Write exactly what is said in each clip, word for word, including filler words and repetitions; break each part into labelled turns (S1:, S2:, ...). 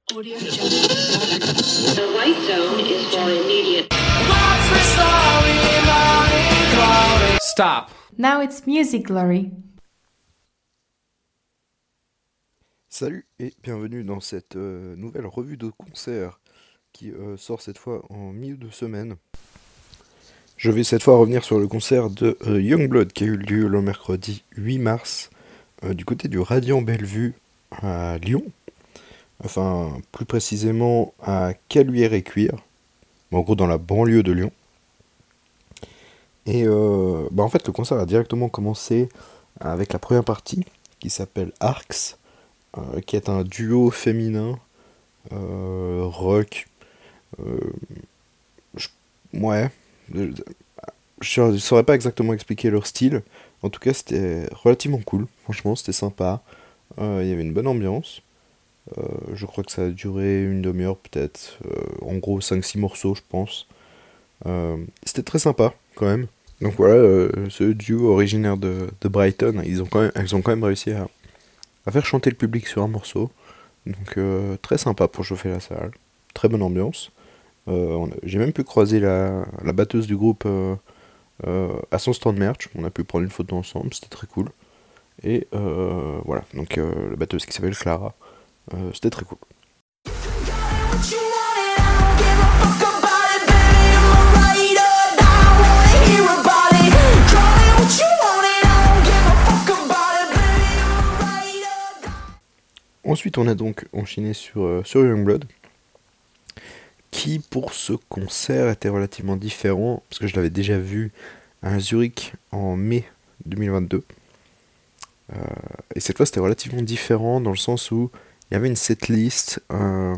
S1: Audio Jungle.
S2: The white zone is for immediate.
S3: Stop.
S4: Now it's Music Glory.
S5: Salut et bienvenue dans cette euh, nouvelle revue de concert qui euh, sort cette fois en milieu de semaine. Je vais cette fois revenir sur le concert de euh, Youngblood qui a eu lieu le mercredi huit mars euh, du côté du Radiant Bellevue à Lyon. Enfin, plus précisément à Caluire-et-Cuire, en gros dans la banlieue de Lyon. Et euh, bah en fait, le concert a directement commencé avec la première partie qui s'appelle Arcs, euh, qui est un duo féminin euh, rock. Euh, je, ouais, je ne saurais pas exactement expliquer leur style. En tout cas, c'était relativement cool. Franchement, c'était sympa. Euh, Il y avait une bonne ambiance. Euh, je crois que ça a duré une demi-heure peut-être, euh, en gros cinq six morceaux je pense. Euh, c'était très sympa quand même. Donc voilà, euh, ce duo originaire de, de Brighton, ils ont quand même, elles ont quand même réussi à, à faire chanter le public sur un morceau. Donc euh, très sympa pour chauffer la salle, très bonne ambiance. Euh, on a- j'ai même pu croiser la, la batteuse du groupe euh, euh, à son stand merch, on a pu prendre une photo ensemble, c'était très cool. Et euh, voilà, donc euh, la batteuse qui s'appelle Clara. Euh, c'était très cool. Ensuite, on a donc enchaîné sur, euh, sur Youngblood, qui pour ce concert était relativement différent, parce que je l'avais déjà vu à Zurich en mai deux mille vingt-deux. Euh, et cette fois, c'était relativement différent dans le sens où il y avait une setlist euh,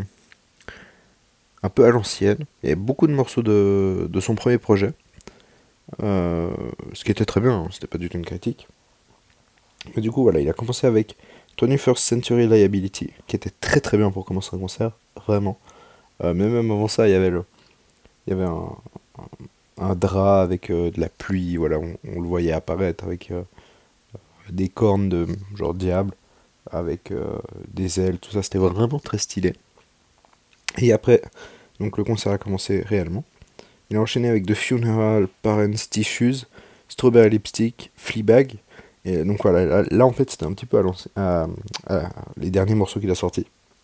S5: un peu à l'ancienne. Il y avait beaucoup de morceaux de, de son premier projet. Euh, ce qui était très bien, hein, c'était pas du tout une critique. Mais du coup, voilà, il a commencé avec twenty-first Century Liability, qui était très très bien pour commencer un concert, vraiment. Euh, mais même avant ça, il y avait, le, il y avait un, un, un drap avec euh, de la pluie, voilà, on, on le voyait apparaître avec euh, des cornes de genre diable, avec euh, des ailes, tout ça, c'était vraiment très stylé. Et après, donc le concert a commencé réellement. Il a enchaîné avec The Funeral Parents Tissues, Strawberry Lipstick, Fleabag. Et donc voilà, là, là, en fait c'était un petit peu à, l'ancien- à- à- les derniers morceaux qu'il a sortis.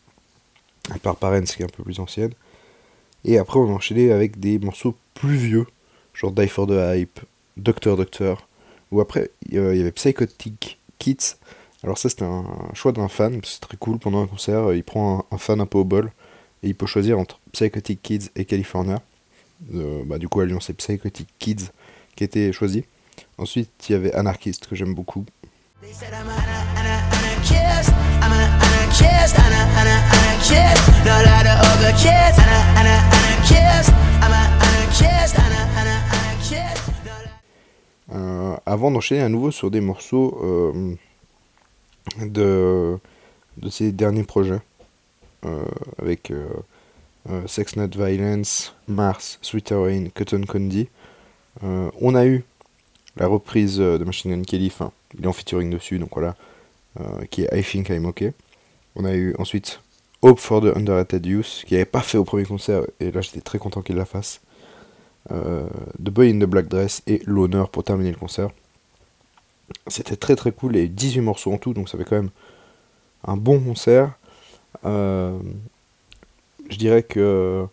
S5: À part Parents qui est un peu plus ancienne. Et après on a enchaîné avec des morceaux plus vieux, genre Die for the Hype, Doctor Doctor. Ou après euh, il y avait Psychotic Kids. Alors ça c'était un choix d'un fan, c'est très cool pendant un concert, il prend un, un fan un peu au bol. Et il peut choisir entre Psychotic Kids et California. Euh, bah, du coup, à Lyon, c'est Psychotic Kids qui a été choisi. Ensuite, il y avait Anarchist, que j'aime beaucoup.
S6: They said I'm an anarchist, I'm an anarchist, I'm an anarchist, not like the other kids. I'm an anarchist, I'm an anarchist, I'm an anarchist.
S5: Euh, avant d'enchaîner à nouveau sur des morceaux euh, de, de ses derniers projets. Euh, avec euh, euh, Sex Not Violence, Mars, Sweeter Rain, Cotton Candy. Euh, on a eu la reprise euh, de Machine Gun Kelly, enfin, il est en featuring dessus, donc voilà, euh, qui est I Think I'm Okay. On a eu ensuite Hope for the Underrated Youth, qui n'avait pas fait au premier concert, et là j'étais très content qu'il la fasse. Euh, The Boy in the Black Dress et L'Honneur pour terminer le concert. C'était très très cool, et dix-huit morceaux en tout, donc ça fait quand même un bon concert. Euh, je dirais que,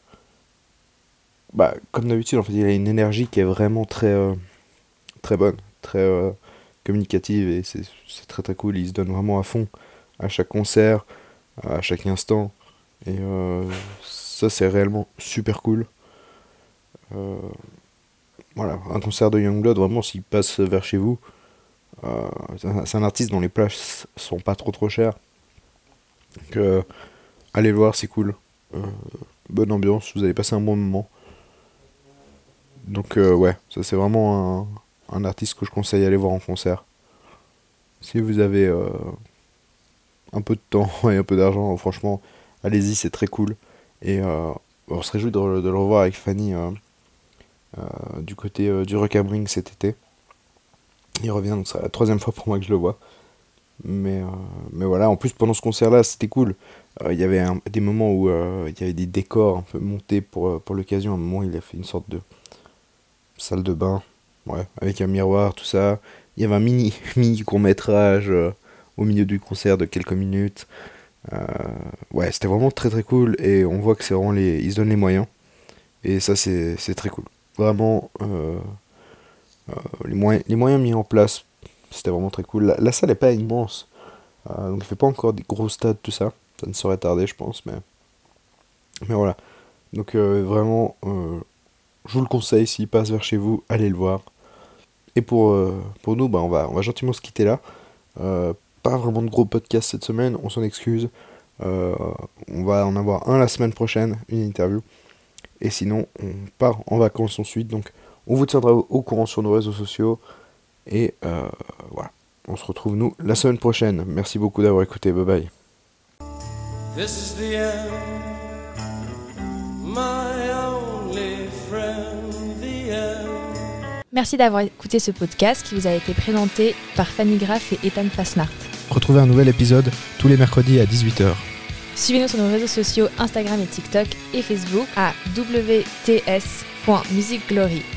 S5: bah, comme d'habitude, en fait, il a une énergie qui est vraiment très, euh, très bonne, très euh, communicative, et c'est c'est très très cool. Il se donne vraiment à fond à chaque concert, à chaque instant, et euh, ça c'est réellement super cool. Euh, voilà, un concert de Youngblood, vraiment, s'il passe vers chez vous, euh, c'est un, c'est un artiste dont les places sont pas trop trop chères. Donc, euh, allez le voir, c'est cool. Euh, bonne ambiance, vous allez passer un bon moment. Donc euh, ouais, ça c'est vraiment un, un artiste que je conseille d'aller voir en concert. Si vous avez euh, un peu de temps et un peu d'argent, franchement, allez-y, c'est très cool. Et euh, on se réjouit de, de le revoir avec Fanny euh, euh, du côté euh, du Rock am Ring cet été. Il revient, donc c'est la troisième fois pour moi que je le vois. Mais, euh, mais voilà, en plus pendant ce concert-là, c'était cool. Il y avait un, des moments où euh, il y avait des décors un peu montés pour, pour l'occasion. À un moment, il a fait une sorte de salle de bain, ouais, avec un miroir, tout ça. Il y avait un mini, mini court-métrage euh, au milieu du concert de quelques minutes. Euh, ouais, c'était vraiment très très cool. Et on voit que c'est vraiment les, ils se donnent les moyens. Et ça, c'est, c'est très cool. Vraiment, euh, euh, les, moyens, les moyens mis en place, c'était vraiment très cool. La, la salle n'est pas immense. Euh, donc il fait pas encore des gros stades, tout ça. Ça ne saurait tarder, je pense, mais... Mais voilà. Donc euh, vraiment, euh, je vous le conseille, s'il passe vers chez vous, allez le voir. Et pour, euh, pour nous, bah, on, va, on va gentiment se quitter là. Euh, pas vraiment de gros podcast cette semaine, on s'en excuse. Euh, on va en avoir un la semaine prochaine, une interview. Et sinon, on part en vacances ensuite. Donc on vous tiendra au, au courant sur nos réseaux sociaux. Et euh, voilà. On se retrouve, nous, la semaine prochaine. Merci beaucoup d'avoir écouté. Bye bye.
S3: This is the end, my only friend, the end.
S1: Merci d'avoir écouté ce podcast qui vous a été présenté par Fanny Graff et Ethan Fasnart.
S5: Retrouvez un nouvel épisode tous les mercredis à dix-huit heures.
S1: Suivez-nous sur nos réseaux sociaux Instagram et TikTok et Facebook à w t s point music glory.